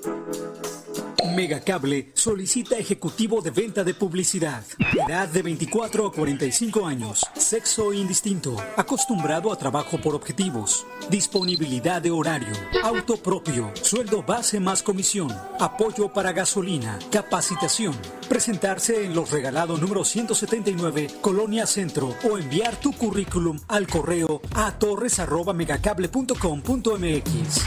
Megacable solicita ejecutivo de venta de publicidad. Edad de 24 a 45 años. Sexo indistinto. Acostumbrado a trabajo por objetivos. Disponibilidad de horario. Auto propio. Sueldo base más comisión. Apoyo para gasolina. Capacitación. Presentarse en Los Regalados número 179, Colonia Centro, o enviar tu currículum al correo a torres@megacable.com.mx.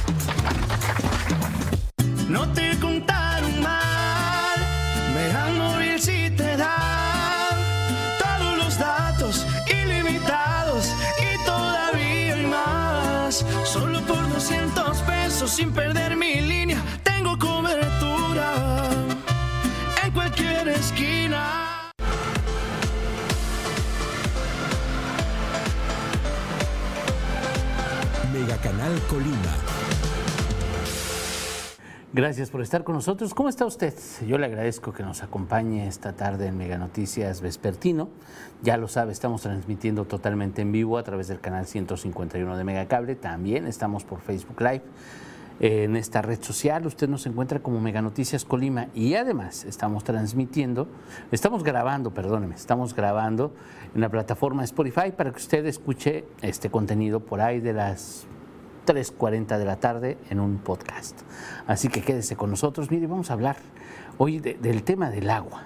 No te contaron mal, Mega Móvil sí te da todos los datos ilimitados y todavía hay más. Solo por 200 pesos sin perder mi línea, tengo cobertura en cualquier esquina. Megacanal Colima. Gracias por estar con nosotros. ¿Cómo está usted? Yo le agradezco que nos acompañe esta tarde en Mega Noticias Vespertino. Ya lo sabe, estamos transmitiendo totalmente en vivo a través del canal 151 de Megacable. También estamos por Facebook Live. En esta red social usted nos encuentra como Mega Noticias Colima, y además estamos grabando en la plataforma Spotify para que usted escuche este contenido por ahí de las 3:40 de la tarde en un podcast. Así que quédese con nosotros. Mire, vamos a hablar hoy del tema del agua.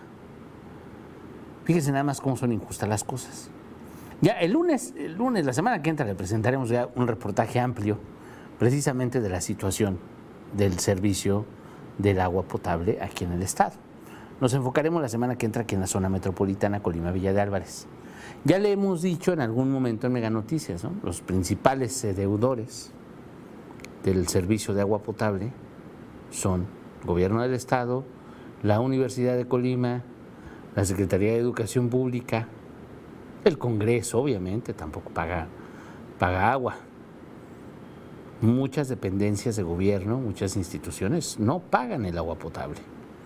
Fíjese nada más cómo son injustas las cosas. Ya el lunes, la semana que entra, le presentaremos ya un reportaje amplio precisamente de la situación del servicio del agua potable aquí en el estado. Nos enfocaremos la semana que entra aquí en la zona metropolitana Colima-Villa de Álvarez. Ya le hemos dicho en algún momento en Mega Noticias, ¿no? Los principales deudores del servicio de agua potable son el Gobierno del Estado, la Universidad de Colima, la Secretaría de Educación Pública, el Congreso, obviamente, tampoco paga agua. Muchas dependencias de gobierno, muchas instituciones no pagan el agua potable.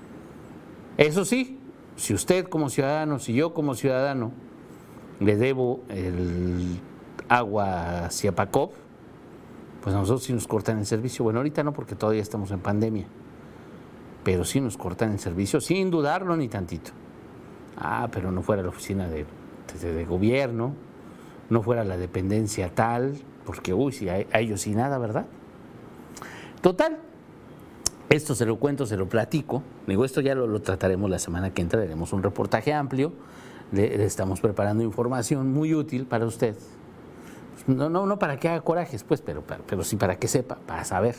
Eso sí, si usted como ciudadano, si yo como ciudadano le debo el agua a Ciapacop, pues a nosotros sí nos cortan el servicio. Bueno, ahorita no, porque todavía estamos en pandemia, pero sí nos cortan el servicio, sin dudarlo ni tantito. Pero no fuera la oficina de gobierno, no fuera la dependencia tal, porque si a ellos sí nada, ¿verdad? Total, esto se lo cuento, se lo platico. Digo, esto ya lo trataremos la semana que entra, haremos un reportaje amplio, le estamos preparando información muy útil para usted. No para que haga corajes, pues, pero sí para que sepa, para saber.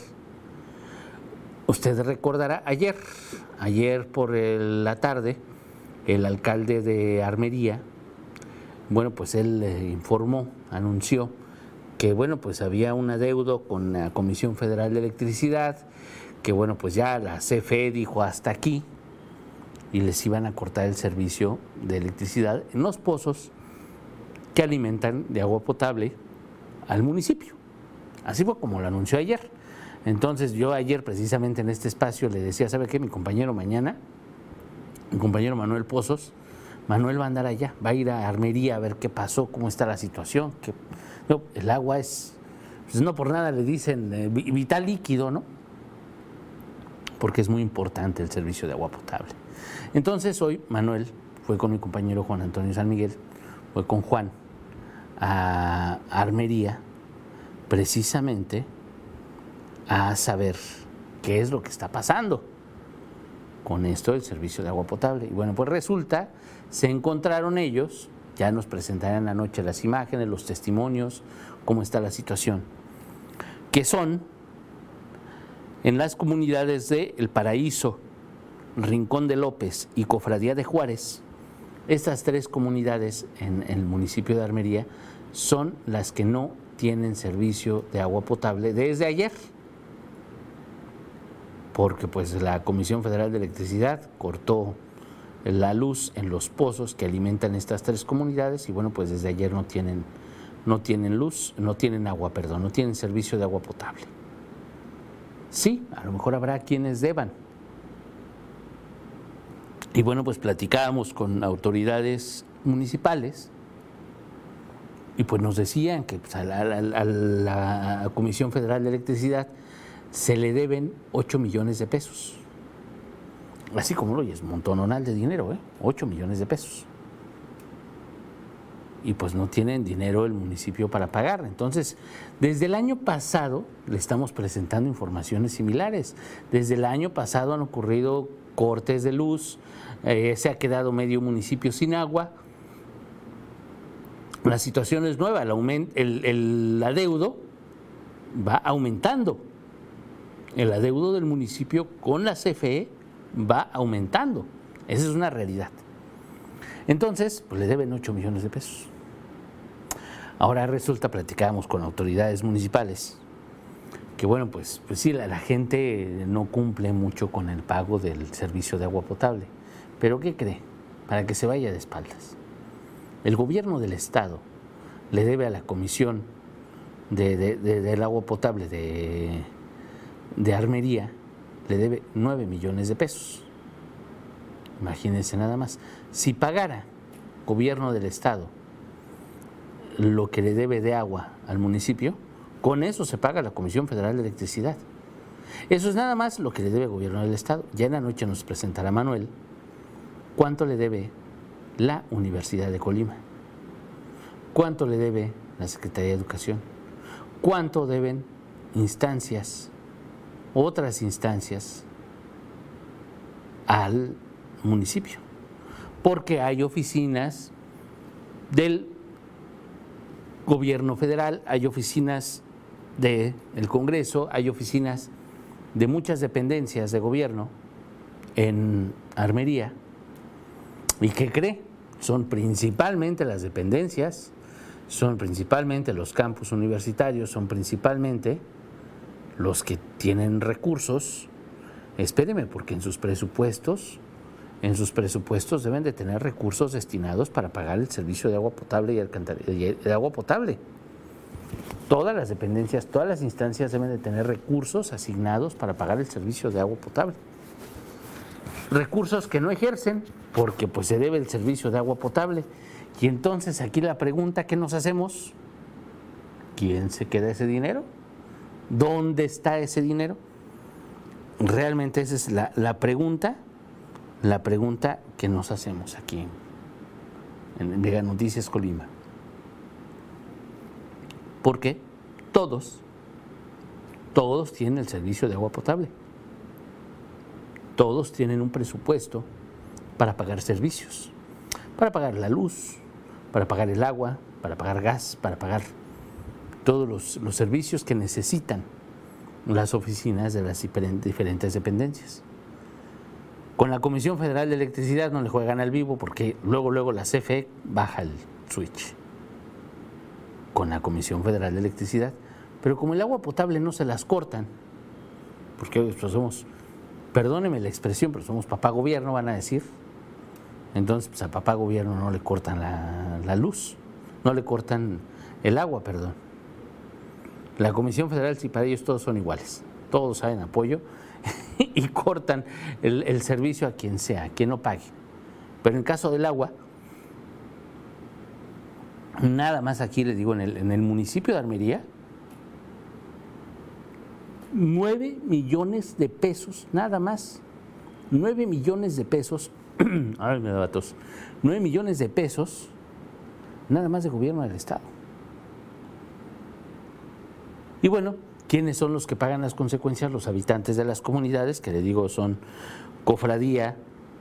Usted recordará ayer por la tarde, el alcalde de Armería, bueno, pues él anunció que, bueno, pues había un adeudo con la Comisión Federal de Electricidad, que, bueno, pues ya la CFE dijo hasta aquí y les iban a cortar el servicio de electricidad en los pozos que alimentan de agua potable al municipio. Así fue como lo anunció ayer. Entonces yo ayer precisamente en este espacio le decía, ¿sabe qué? Mi compañero Manuel Pozos, Manuel va a andar allá, va a ir a Armería a ver qué pasó, cómo está la situación. El agua es, pues no por nada le dicen vital líquido, ¿no? Porque es muy importante el servicio de agua potable. Entonces hoy Manuel fue con mi compañero Juan Antonio San Miguel, fue con Juan a Armería precisamente a saber qué es lo que está pasando con esto del servicio de agua potable. Y bueno, pues resulta, se encontraron ellos, ya nos presentarán anoche las imágenes, los testimonios, cómo está la situación, que son en las comunidades de El Paraíso, Rincón de López y Cofradía de Juárez. Estas tres comunidades en el municipio de Armería son las que no tienen servicio de agua potable desde ayer, porque pues la Comisión Federal de Electricidad cortó la luz en los pozos que alimentan estas tres comunidades y bueno, pues desde ayer no tienen servicio de agua potable. Sí, a lo mejor habrá quienes deban. Y bueno, pues platicábamos con autoridades municipales y pues nos decían que pues, a la Comisión Federal de Electricidad se le deben 8 millones de pesos. Así como lo oyes, montononal de dinero, 8 millones de pesos. Y pues no tienen dinero el municipio para pagar. Entonces, desde el año pasado le estamos presentando informaciones similares. Desde el año pasado han ocurrido cortes de luz, se ha quedado medio municipio sin agua. La situación es nueva, el adeudo va aumentando. El adeudo del municipio con la CFE va aumentando. Esa es una realidad. Entonces, pues le deben 8 millones de pesos. Ahora resulta, platicábamos con autoridades municipales, que bueno, pues sí, la gente no cumple mucho con el pago del servicio de agua potable. Pero ¿qué cree? Para que se vaya de espaldas. El gobierno del estado le debe a la comisión del agua potable de Armería, le debe 9 millones de pesos. Imagínense nada más. Si pagara gobierno del estado lo que le debe de agua al municipio, con eso se paga la Comisión Federal de Electricidad. Eso es nada más lo que le debe el gobierno del estado. Ya en la noche nos presentará Manuel cuánto le debe la Universidad de Colima, cuánto le debe la Secretaría de Educación, cuánto deben otras instancias al municipio, porque hay oficinas del gobierno federal, hay oficinas del Congreso, hay oficinas de muchas dependencias de gobierno en Armería. ¿Y qué cree? Son principalmente las dependencias, son principalmente los campus universitarios, son principalmente los que tienen recursos. Espéreme, porque en sus presupuestos deben de tener recursos destinados para pagar el servicio de agua potable y de agua potable. Todas las dependencias, todas las instancias deben de tener recursos asignados para pagar el servicio de agua potable. Recursos que no ejercen porque pues se debe el servicio de agua potable. Y entonces aquí la pregunta que nos hacemos, ¿quién se queda ese dinero? ¿Dónde está ese dinero? Realmente esa es la pregunta que nos hacemos aquí en Mega Noticias Colima. Porque todos tienen el servicio de agua potable. Todos tienen un presupuesto para pagar servicios, para pagar la luz, para pagar el agua, para pagar gas, para pagar todos los servicios que necesitan las oficinas de las diferentes dependencias. Con la Comisión Federal de Electricidad no le juegan al vivo porque luego la CFE baja el switch. Con la Comisión Federal de Electricidad, pero como el agua potable no se las cortan, porque pues somos, perdóneme la expresión, pero somos papá gobierno, van a decir. Entonces, pues a papá gobierno no le cortan la luz, no le cortan el agua, perdón. La Comisión Federal, sí, para ellos todos son iguales, todos saben apoyo y cortan el servicio a quien sea, a quien no pague. Pero en caso del agua, nada más aquí les digo, en el municipio de Armería, 9 millones de pesos, nada más, 9 millones de pesos, ay, me da tos, 9 millones de pesos, nada más de gobierno del estado. Y bueno, ¿quiénes son los que pagan las consecuencias? Los habitantes de las comunidades, que le digo son Cofradía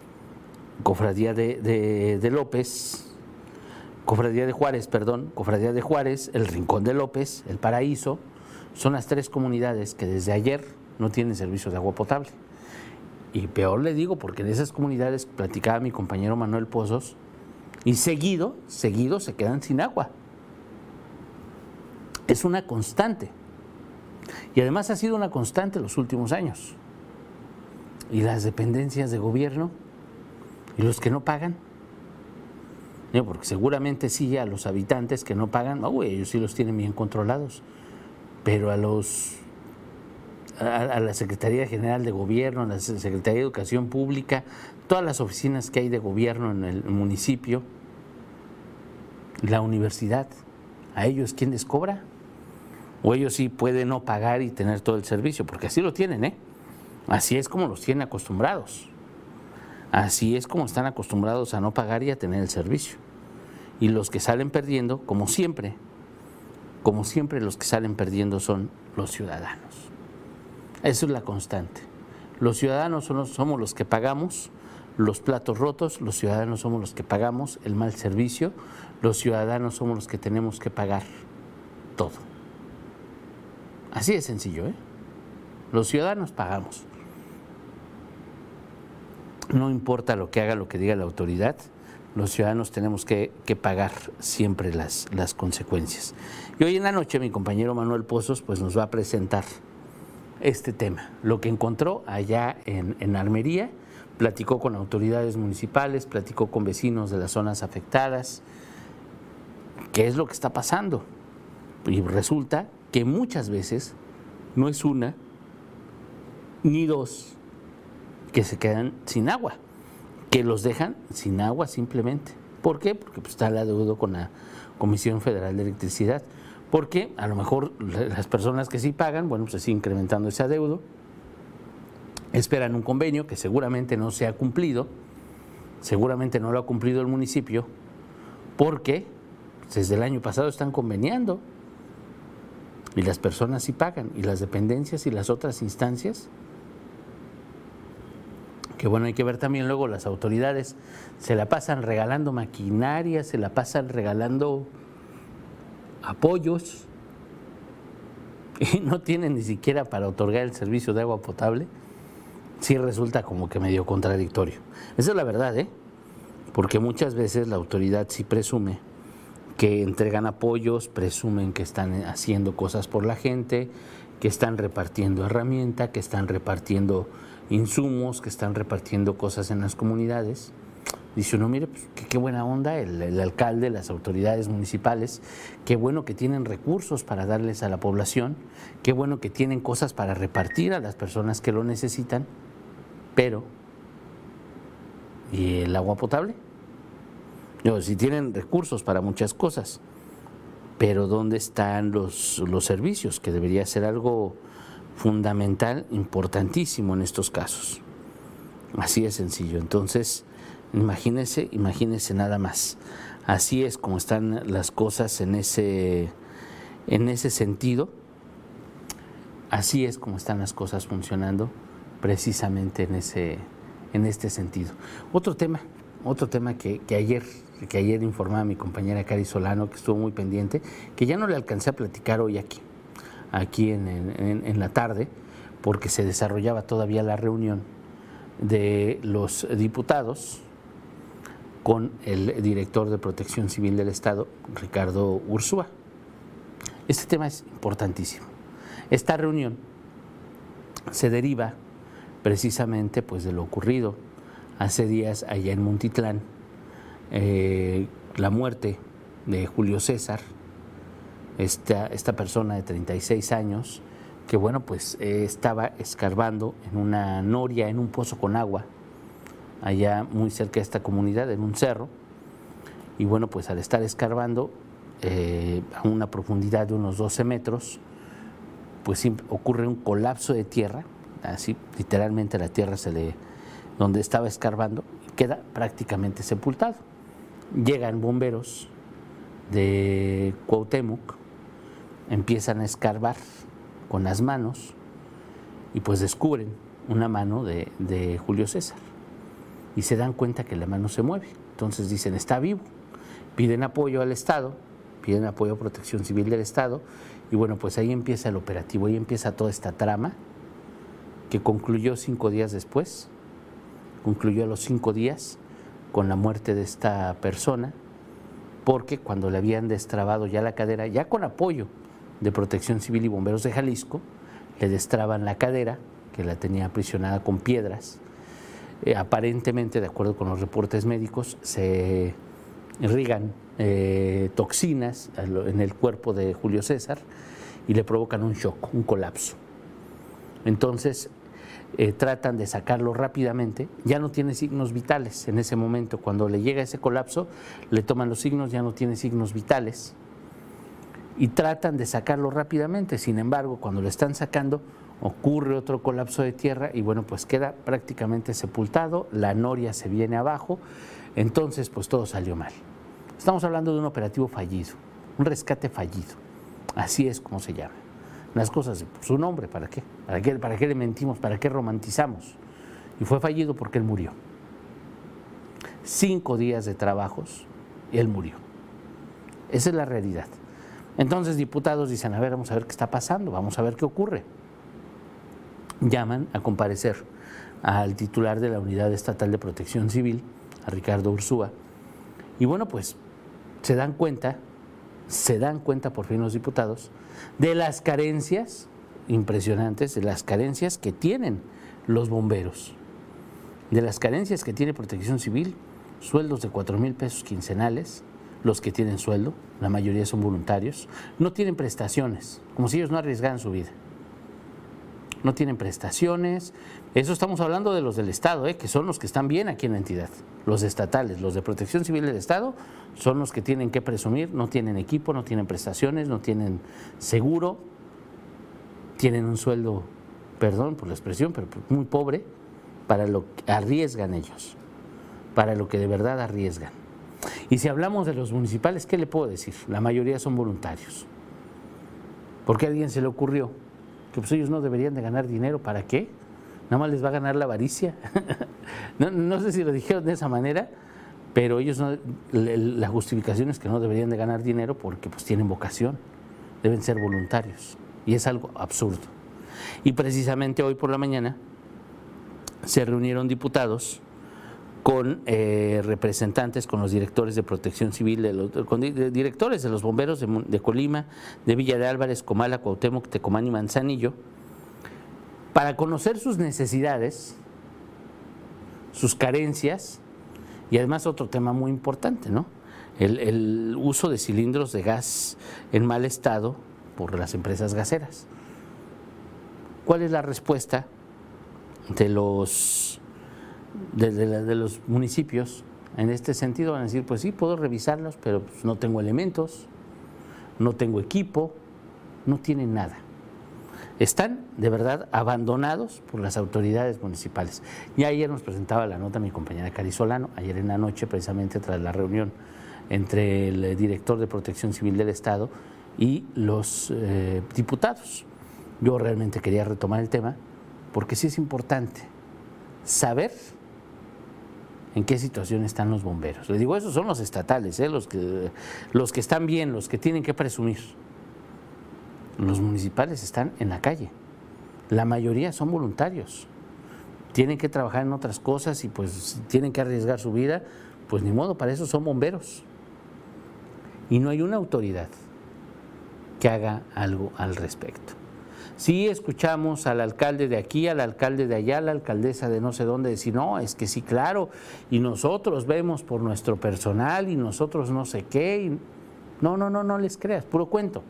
de López, Cofradía de Juárez, El Rincón de López, El Paraíso. Son las 3 comunidades que desde ayer no tienen servicio de agua potable. Y peor le digo, porque en esas comunidades, platicaba mi compañero Manuel Pozos, y seguido se quedan sin agua. Es una constante. Y además ha sido una constante los últimos años. Y las dependencias de gobierno, y los que no pagan, porque seguramente sí a los habitantes que no pagan, ellos sí los tienen bien controlados, pero a la Secretaría General de Gobierno, a la Secretaría de Educación Pública, todas las oficinas que hay de gobierno en el municipio, la universidad, ¿a ellos quién les cobra? O ellos sí pueden no pagar y tener todo el servicio, porque así lo tienen, ¿eh? Así es como los tienen acostumbrados. Así es como están acostumbrados a no pagar y a tener el servicio. Y los que salen perdiendo, como siempre los que salen perdiendo son los ciudadanos. Eso es la constante. Los ciudadanos somos los que pagamos los platos rotos, los ciudadanos somos los que pagamos el mal servicio, los ciudadanos somos los que tenemos que pagar todo. Así de sencillo, ¿eh? Los ciudadanos pagamos. No importa lo que haga, lo que diga la autoridad, los ciudadanos tenemos que pagar siempre las consecuencias. Y hoy en la noche mi compañero Manuel Pozos pues nos va a presentar este tema, lo que encontró allá en Armería, platicó con autoridades municipales, platicó con vecinos de las zonas afectadas, qué es lo que está pasando. Y resulta que muchas veces no es una ni dos que se quedan sin agua, que los dejan sin agua simplemente. ¿Por qué? Porque pues, está el adeudo con la Comisión Federal de Electricidad. Porque a lo mejor las personas que sí pagan, bueno, pues se sigue incrementando ese adeudo, esperan un convenio que seguramente no se ha cumplido, seguramente no lo ha cumplido el municipio, porque desde el año pasado están conveniando y las personas sí pagan, y las dependencias y las otras instancias, que bueno, hay que ver también luego las autoridades, se la pasan regalando maquinaria, se la pasan regalando apoyos y no tienen ni siquiera para otorgar el servicio de agua potable. Sí resulta como que medio contradictorio. Esa es la verdad, ¿eh? Porque muchas veces la autoridad sí presume que entregan apoyos, presumen que están haciendo cosas por la gente, que están repartiendo herramientas, que están repartiendo insumos, que están repartiendo cosas en las comunidades. Dice uno, mire, pues, qué buena onda el alcalde, las autoridades municipales, qué bueno que tienen recursos para darles a la población, qué bueno que tienen cosas para repartir a las personas que lo necesitan, pero ¿y el agua potable? Sí tienen recursos para muchas cosas, pero ¿dónde están los servicios? Que debería ser algo fundamental, importantísimo en estos casos. Así de sencillo. Entonces, imagínense nada más. Así es como están las cosas en ese sentido. Así es como están las cosas funcionando precisamente en este sentido. Otro tema que ayer informaba mi compañera Cari Solano, que estuvo muy pendiente, que ya no le alcancé a platicar hoy aquí en la tarde, porque se desarrollaba todavía la reunión de los diputados con el director de Protección Civil del Estado, Ricardo Ursúa. Este tema es importantísimo. Esta reunión se deriva precisamente pues, de lo ocurrido hace días allá en Montitlán, la muerte de Julio César, esta persona de 36 años, que bueno, pues estaba escarbando en una noria, en un pozo con agua, allá muy cerca de esta comunidad, en un cerro, y bueno, pues al estar escarbando a una profundidad de unos 12 metros, pues ocurre un colapso de tierra, así literalmente la tierra donde estaba escarbando, queda prácticamente sepultado. Llegan bomberos de Cuauhtémoc, empiezan a escarbar con las manos y pues descubren una mano de Julio César y se dan cuenta que la mano se mueve. Entonces dicen, está vivo, piden apoyo al Estado, piden apoyo a Protección Civil del Estado y bueno, pues ahí empieza el operativo, ahí empieza toda esta trama que concluyó 5 días después, concluyó a los 5 días con la muerte de esta persona, porque cuando le habían destrabado ya la cadera, ya con apoyo de Protección Civil y Bomberos de Jalisco, le destraban la cadera, que la tenía aprisionada con piedras. Aparentemente, de acuerdo con los reportes médicos, se irrigan toxinas en el cuerpo de Julio César y le provocan un shock, un colapso. Entonces, tratan de sacarlo rápidamente, ya no tiene signos vitales en ese momento, cuando le llega ese colapso, le toman los signos, ya no tiene signos vitales, y tratan de sacarlo rápidamente. Sin embargo, cuando lo están sacando, ocurre otro colapso de tierra y bueno, pues queda prácticamente sepultado, la noria se viene abajo, entonces pues todo salió mal. Estamos hablando de un operativo fallido, un rescate fallido, así es como se llama. Las cosas, su nombre, ¿para qué? ¿Para qué le mentimos? ¿Para qué romantizamos? Y fue fallido porque él murió. 5 días de trabajos y él murió. Esa es la realidad. Entonces diputados dicen, a ver, vamos a ver qué está pasando, vamos a ver qué ocurre. Llaman a comparecer al titular de la Unidad Estatal de Protección Civil, a Ricardo Ursúa, y bueno, pues se dan cuenta por fin los diputados de las carencias impresionantes, de las carencias que tienen los bomberos, de las carencias que tiene Protección Civil, sueldos de 4,000 pesos quincenales, los que tienen sueldo, la mayoría son voluntarios, no tienen prestaciones, como si ellos no arriesgaran su vida. No tienen prestaciones, eso estamos hablando de los del Estado, que son los que están bien aquí en la entidad. Los estatales, los de Protección Civil del Estado, son los que tienen que presumir, no tienen equipo, no tienen prestaciones, no tienen seguro, tienen un sueldo, perdón por la expresión, pero muy pobre, para lo que arriesgan ellos, para lo que de verdad arriesgan. Y si hablamos de los municipales, ¿qué le puedo decir? La mayoría son voluntarios. ¿Por qué a alguien se le ocurrió que pues ellos no deberían de ganar dinero? ¿Para qué? ¿Nada más les va a ganar la avaricia? No sé si lo dijeron de esa manera, pero ellos no, la justificación es que no deberían de ganar dinero porque pues tienen vocación, deben ser voluntarios, y es algo absurdo. Y precisamente hoy por la mañana se reunieron diputados con representantes, con los directores de Protección Civil, con directores de los bomberos de Colima, de Villa de Álvarez, Comala, Cuauhtémoc, Tecomán y Manzanillo, para conocer sus necesidades, sus carencias y además otro tema muy importante, ¿no? El uso de cilindros de gas en mal estado por las empresas gaseras. ¿Cuál es la respuesta de los municipios en este sentido? Van a decir, pues sí, puedo revisarlos, pero pues no tengo elementos, no tengo equipo, no tienen nada. Están de verdad abandonados por las autoridades municipales. Y ayer nos presentaba la nota mi compañera Cari Solano, ayer en la noche, precisamente tras la reunión entre el director de Protección Civil del Estado y los diputados. Yo realmente quería retomar el tema porque sí es importante saber en qué situación están los bomberos. Les digo, esos son los estatales, los que están bien, los que tienen que presumir. Los municipales están en la calle. La mayoría son voluntarios. Tienen que trabajar en otras cosas y pues tienen que arriesgar su vida. Pues ni modo, para eso son bomberos. Y no hay una autoridad que haga algo al respecto. Sí escuchamos al alcalde de aquí, al alcalde de allá, a la alcaldesa de no sé dónde decir, no, es que sí, claro, y nosotros vemos por nuestro personal y nosotros no sé qué. Y... No les creas, puro cuento.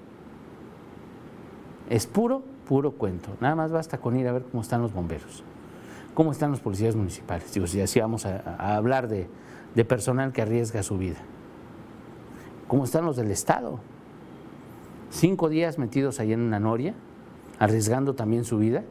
Es puro cuento. Nada más basta con ir a ver cómo están los bomberos, cómo están los policías municipales. Digo, si así vamos a hablar de personal que arriesga su vida. ¿Cómo están los del Estado? 5 días metidos ahí en una noria, arriesgando también su vida,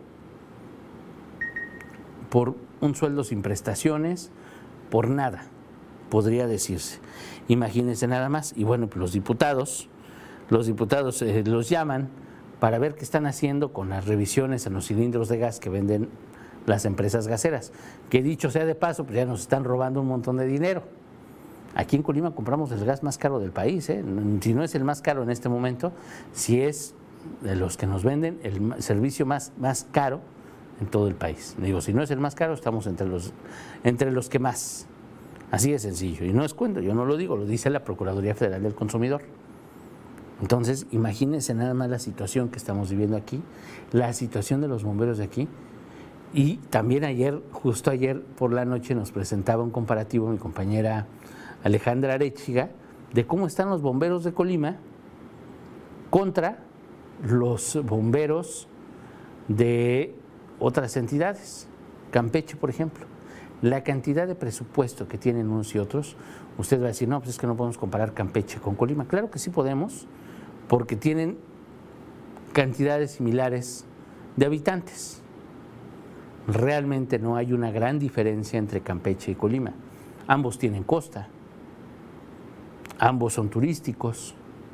por un sueldo sin prestaciones, por nada, podría decirse. Imagínense nada más. Y bueno, pues los diputados los llaman para ver qué están haciendo con las revisiones en los cilindros de gas que venden las empresas gaseras, que dicho sea de paso, pues ya nos están robando un montón de dinero. Aquí en Colima compramos el gas más caro del país, si no es el más caro en este momento, si es de los que nos venden el servicio más caro en todo el país. Digo, si no es el más caro, estamos entre los que más. Así de sencillo. Y no es cuento, yo no lo digo, lo dice la Procuraduría Federal del Consumidor. Entonces, imagínense nada más la situación que estamos viviendo aquí, la situación de los bomberos de aquí. Y también justo ayer por la noche nos presentaba un comparativo mi compañera Alejandra Arechiga de cómo están los bomberos de Colima contra los bomberos de otras entidades. Campeche, por ejemplo. La cantidad de presupuesto que tienen unos y otros, usted va a decir, no, pues es que no podemos comparar Campeche con Colima. Claro que sí podemos, porque tienen cantidades similares de habitantes. Realmente no hay una gran diferencia entre Campeche y Colima. Ambos tienen costa, ambos son turísticos.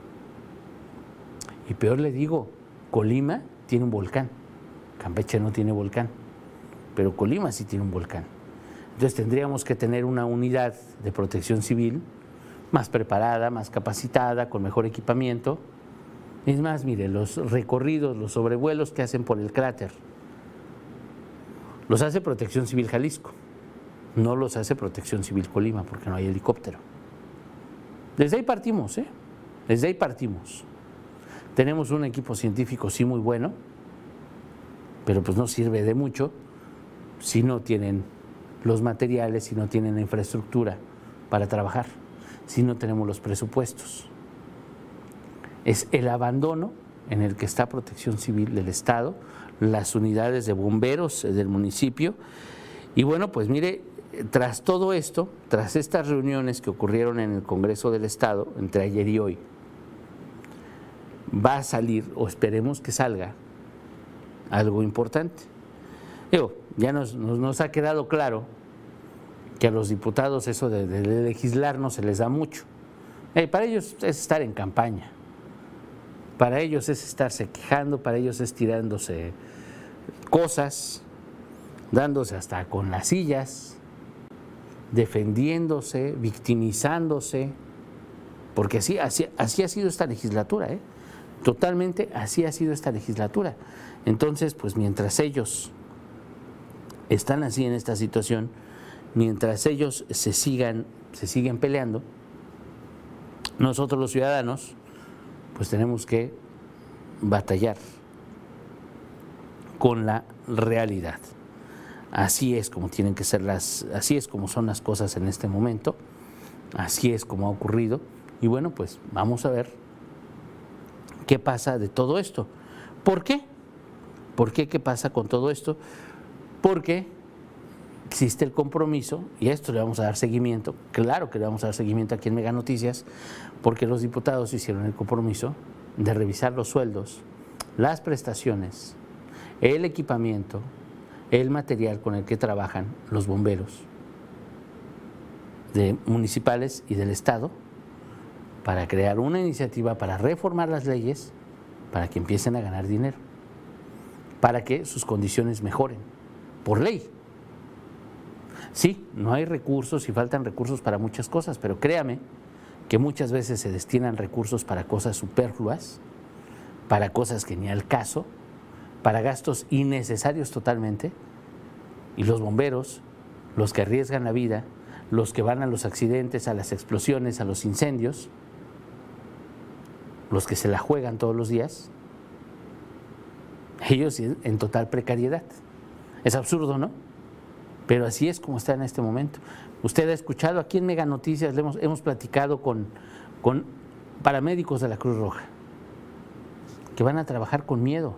Y peor le digo, Colima tiene un volcán, Campeche no tiene volcán, pero Colima sí tiene un volcán. Entonces tendríamos que tener una unidad de protección civil más preparada, más capacitada, con mejor equipamiento. Es más, mire, los recorridos, los sobrevuelos que hacen por el cráter, los hace Protección Civil Jalisco, no los hace Protección Civil Colima, porque no hay helicóptero. Desde ahí partimos, ¿eh? Desde ahí partimos. Tenemos un equipo científico sí muy bueno, pero pues no sirve de mucho si no tienen los materiales, si no tienen la infraestructura para trabajar, si no tenemos los presupuestos. Es el abandono en el que está Protección Civil del Estado, las unidades de bomberos del municipio. Y bueno, pues mire, tras todo esto, tras estas reuniones que ocurrieron en el Congreso del Estado, entre ayer y hoy, va a salir, o esperemos que salga, algo importante. Digo, ya nos ha quedado claro que a los diputados eso de legislar no se les da mucho. Para ellos es estar en campaña, para ellos es estarse quejando, para ellos es tirándose cosas, dándose hasta con las sillas, defendiéndose, victimizándose, porque así ha sido esta legislatura, totalmente así ha sido esta legislatura. Entonces, pues mientras ellos están así en esta situación, mientras ellos se siguen peleando, nosotros los ciudadanos pues tenemos que batallar con la realidad. Así es como tienen que ser así es como son las cosas en este momento, así es como ha ocurrido. Y bueno, pues vamos a ver qué pasa de todo esto. ¿Por qué? ¿Por qué? ¿Qué pasa con todo esto? Porque existe el compromiso, y a esto le vamos a dar seguimiento, claro que le vamos a dar seguimiento aquí en Mega Noticias, porque los diputados hicieron el compromiso de revisar los sueldos, las prestaciones, el equipamiento, el material con el que trabajan los bomberos municipales y del Estado, para crear una iniciativa para reformar las leyes, para que empiecen a ganar dinero, para que sus condiciones mejoren, por ley. Sí, no hay recursos y faltan recursos para muchas cosas, pero créame que muchas veces se destinan recursos para cosas superfluas, para cosas que ni al caso, para gastos innecesarios totalmente, y los bomberos, los que arriesgan la vida, los que van a los accidentes, a las explosiones, a los incendios, los que se la juegan todos los días, ellos en total precariedad. Es absurdo, ¿no? Pero así es como está en este momento. Usted ha escuchado aquí en Mega Noticias, hemos platicado con paramédicos de la Cruz Roja, que van a trabajar con miedo,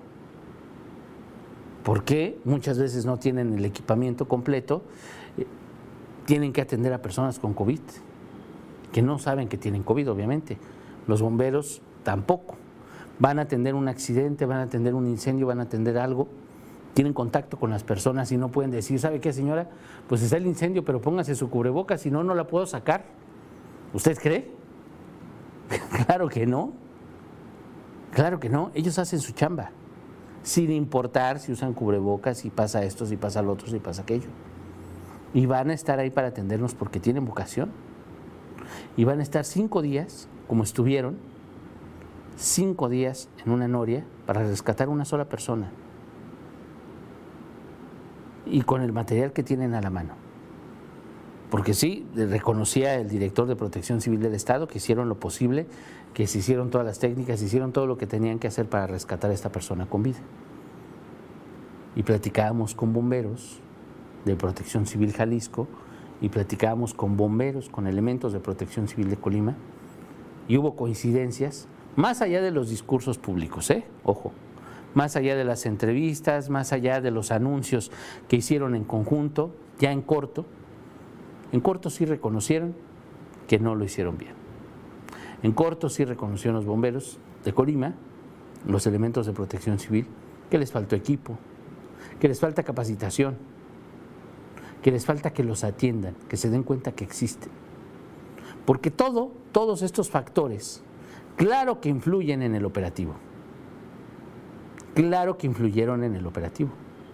porque muchas veces no tienen el equipamiento completo, tienen que atender a personas con COVID, que no saben que tienen COVID, obviamente. Los bomberos tampoco. Van a atender un accidente, van a atender un incendio, van a atender algo, tienen contacto con las personas y no pueden decir, ¿sabe qué, señora? Pues está el incendio, pero póngase su cubrebocas, si no, no la puedo sacar. ¿Usted cree? Claro que no. Claro que no. Ellos hacen su chamba, sin importar si usan cubrebocas, si pasa esto, si pasa lo otro, si pasa aquello. Y van a estar ahí para atendernos porque tienen vocación. Y van a estar 5 días, como estuvieron, 5 días en una noria para rescatar una sola persona. Y con el material que tienen a la mano. Porque sí, reconocía el director de Protección Civil del Estado que hicieron lo posible, que se hicieron todas las técnicas, hicieron todo lo que tenían que hacer para rescatar a esta persona con vida. Y platicábamos con bomberos de Protección Civil Jalisco y platicábamos con bomberos, con elementos de Protección Civil de Colima, y hubo coincidencias, más allá de los discursos públicos, ojo, más allá de las entrevistas, más allá de los anuncios que hicieron en conjunto, ya en corto sí reconocieron que no lo hicieron bien. En corto sí reconocieron los bomberos de Colima, los elementos de protección civil, que les faltó equipo, que les falta capacitación, que les falta que los atiendan, que se den cuenta que existen. Porque todos estos factores, claro que influyen en el operativo. Claro que influyeron en el operativo.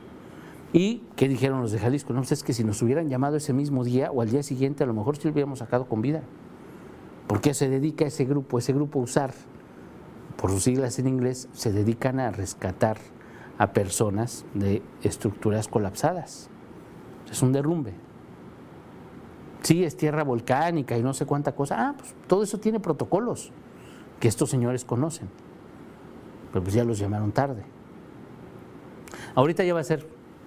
¿Y qué dijeron los de Jalisco? No, pues es que si nos hubieran llamado ese mismo día o al día siguiente, a lo mejor sí lo hubiéramos sacado con vida. ¿Por qué se dedica ese grupo a usar, por sus siglas en inglés, se dedican a rescatar a personas de estructuras colapsadas? Es un derrumbe. Sí, es tierra volcánica y no sé cuánta cosa. Pues todo eso tiene protocolos que estos señores conocen. Pero pues ya los llamaron tarde. Ahorita ya va a ser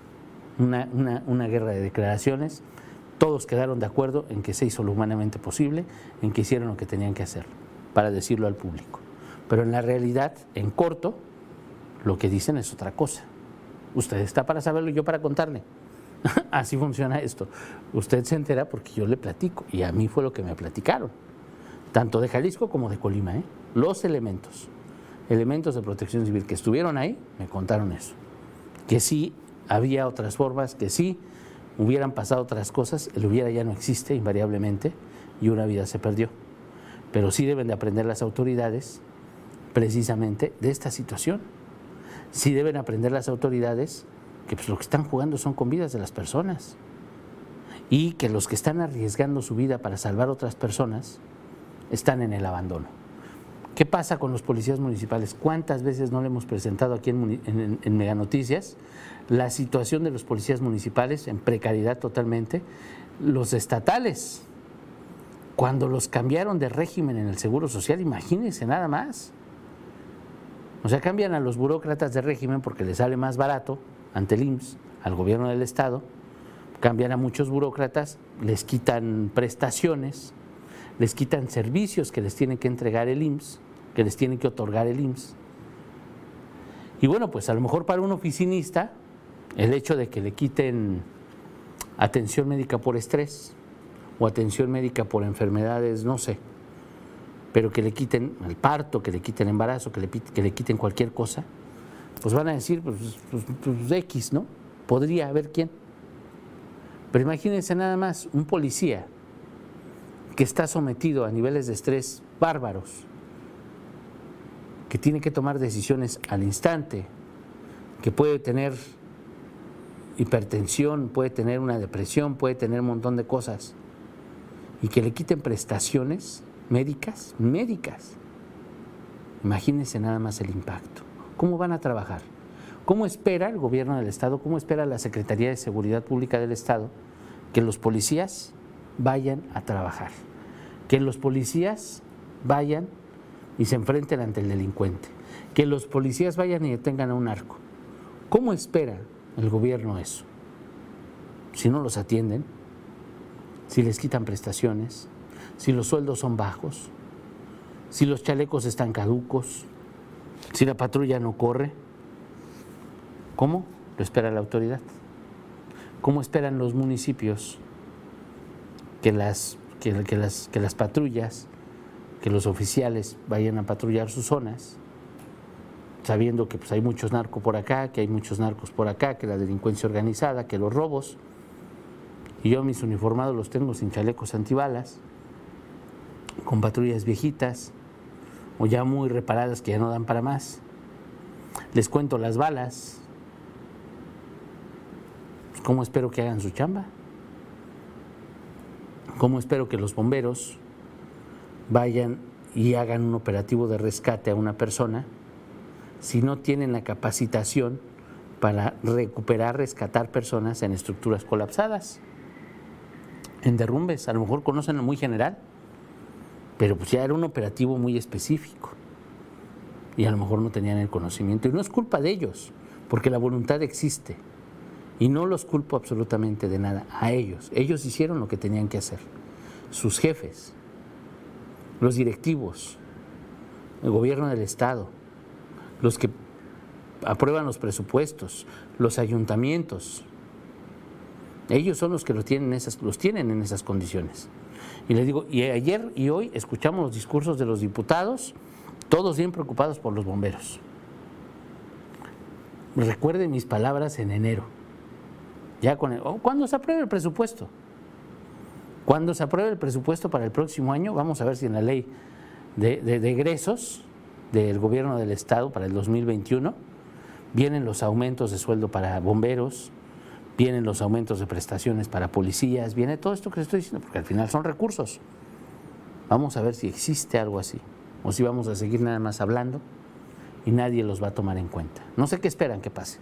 una guerra de declaraciones. Todos quedaron de acuerdo en que se hizo lo humanamente posible, en que hicieron lo que tenían que hacer, para decirlo al público. Pero en la realidad, en corto, lo que dicen es otra cosa. Usted está para saberlo y yo para contarle. Así funciona esto. Usted se entera porque yo le platico, y a mí fue lo que me platicaron, tanto de Jalisco como de Colima. Los elementos de protección civil que estuvieron ahí me contaron eso, que sí había otras formas, que sí hubieran pasado otras cosas. El hubiera ya no existe invariablemente y una vida se perdió. Pero sí deben de aprender las autoridades precisamente de esta situación. Sí deben aprender las autoridades que pues lo que están jugando son con vidas de las personas, y que los que están arriesgando su vida para salvar otras personas están en el abandono. ¿Qué pasa con los policías municipales? ¿Cuántas veces no le hemos presentado aquí en Mega Noticias la situación de los policías municipales en precariedad totalmente? Los estatales, cuando los cambiaron de régimen en el Seguro Social, imagínense nada más. O sea, cambian a los burócratas de régimen porque les sale más barato ante el IMSS, al gobierno del estado, cambian a muchos burócratas, les quitan prestaciones, les quitan servicios que les tiene que entregar el IMSS, que les tiene que otorgar el IMSS. Y bueno, pues a lo mejor para un oficinista, el hecho de que le quiten atención médica por estrés o atención médica por enfermedades, no sé, pero que le quiten el parto, que le quiten embarazo, que le quiten cualquier cosa, pues van a decir, pues X, ¿no? Podría haber quién. Pero imagínense nada más, un policía que está sometido a niveles de estrés bárbaros, que tiene que tomar decisiones al instante, que puede tener hipertensión, puede tener una depresión, puede tener un montón de cosas, y que le quiten prestaciones médicas. Imagínense nada más el impacto. ¿Cómo van a trabajar? ¿Cómo espera el gobierno del estado, cómo espera la Secretaría de Seguridad Pública del estado que los policías vayan a trabajar? Que los policías vayan y se enfrenten ante el delincuente, que los policías vayan y detengan a un narco. ¿Cómo espera el gobierno eso? Si no los atienden, si les quitan prestaciones, si los sueldos son bajos, si los chalecos están caducos, si la patrulla no corre. ¿Cómo lo espera la autoridad? ¿Cómo esperan los municipios que las patrullas, que los oficiales vayan a patrullar sus zonas, sabiendo que pues, hay muchos narcos por acá, que hay muchos narcos por acá, que la delincuencia organizada, que los robos? Y yo mis uniformados los tengo sin chalecos antibalas, con patrullas viejitas o ya muy reparadas que ya no dan para más. Les cuento las balas. ¿Cómo espero que hagan su chamba? ¿Cómo espero que los bomberos vayan y hagan un operativo de rescate a una persona si no tienen la capacitación para recuperar, rescatar personas en estructuras colapsadas, en derrumbes? A lo mejor conocen lo muy general, pero pues ya era un operativo muy específico y a lo mejor no tenían el conocimiento. Y no es culpa de ellos, porque la voluntad existe. Y no los culpo absolutamente de nada, a ellos. Ellos hicieron lo que tenían que hacer. Sus jefes, los directivos, el gobierno del estado, los que aprueban los presupuestos, los ayuntamientos, ellos son los que los tienen en esas condiciones. Y les digo, y ayer y hoy escuchamos los discursos de los diputados Todos bien preocupados por los bomberos. Recuerden mis palabras en enero. Ya cuando se apruebe el presupuesto. Cuando se apruebe el presupuesto para el próximo año, vamos a ver si en la ley de egresos del gobierno del estado para el 2021 vienen los aumentos de sueldo para bomberos, vienen los aumentos de prestaciones para policías, viene todo esto que les estoy diciendo, porque al final son recursos. Vamos a ver si existe algo así, o si vamos a seguir nada más hablando y nadie los va a tomar en cuenta. No sé qué esperan que pase.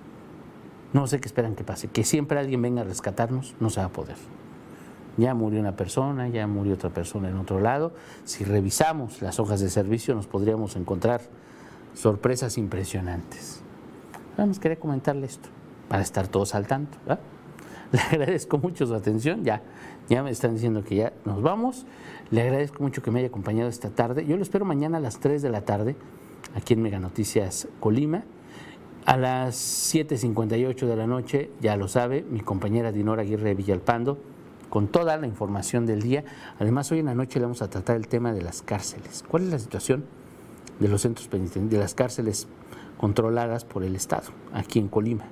No sé qué esperan que pase. Que siempre alguien venga a rescatarnos, no se va a poder. Ya murió una persona, ya murió otra persona en otro lado. Si revisamos las hojas de servicio nos podríamos encontrar sorpresas impresionantes. Nada más quería comentarle esto, para estar todos al tanto, ¿verdad? Le agradezco mucho su atención, ya me están diciendo que ya nos vamos. Le agradezco mucho que me haya acompañado esta tarde. Yo lo espero mañana a las 3 de la tarde, aquí en Mega Noticias Colima. A las 7:58 de la noche, ya lo sabe, mi compañera Dinora Aguirre Villalpando, con toda la información del día. Además, hoy en la noche le vamos a tratar el tema de las cárceles. ¿Cuál es la situación de los centros penitenciarios, de las cárceles controladas por el Estado, aquí en Colima?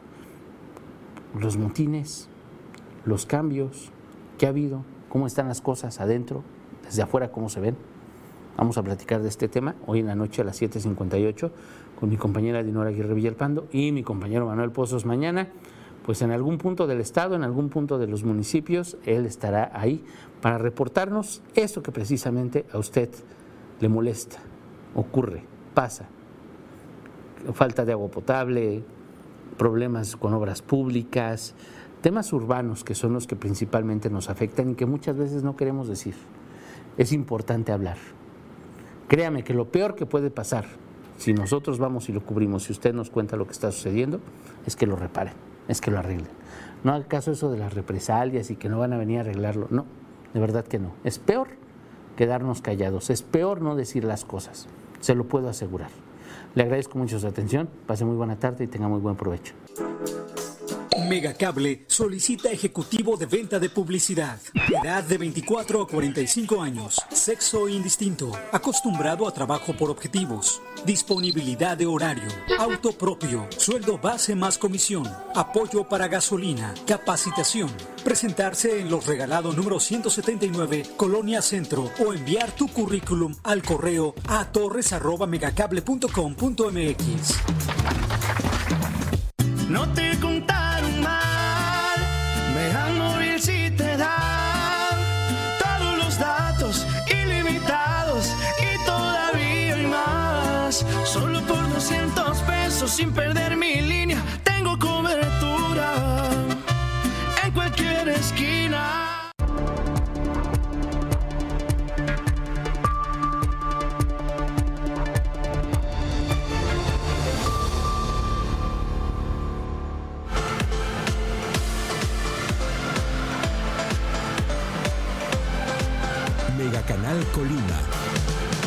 Los motines, los cambios que ha habido, cómo están las cosas adentro, desde afuera, cómo se ven. Vamos a platicar de este tema hoy en la noche a las 7:58 con mi compañera Dinora Aguirre Villalpando y mi compañero Manuel Pozos mañana. Pues en algún punto del estado, en algún punto de los municipios, él estará ahí para reportarnos eso que precisamente a usted le molesta, ocurre, pasa. Falta de agua potable, problemas con obras públicas, temas urbanos que son los que principalmente nos afectan y que muchas veces no queremos decir. Es importante hablar. Créame que lo peor que puede pasar, si nosotros vamos y lo cubrimos, si usted nos cuenta lo que está sucediendo, es que lo reparen, es que lo arreglen. No haga caso eso de las represalias y que no van a venir a arreglarlo. No, de verdad que no. Es peor quedarnos callados, es peor no decir las cosas, se lo puedo asegurar. Le agradezco mucho su atención, pase muy buena tarde y tenga muy buen provecho. Megacable solicita ejecutivo de venta de publicidad. Edad de 24 a 45 años. Sexo indistinto. Acostumbrado a trabajo por objetivos. Disponibilidad de horario. Auto propio. Sueldo base más comisión. Apoyo para gasolina. Capacitación. Presentarse en Los Regalados número 179, Colonia Centro, o enviar tu currículum al correo a torres@megacable.com.mx. No te contaron mal, Megan Móvil si te dan todos los datos ilimitados y todavía hay más. Solo por 200 pesos sin perder mi línea, tengo cobertura en cualquier esquina. Mega Canal Colima.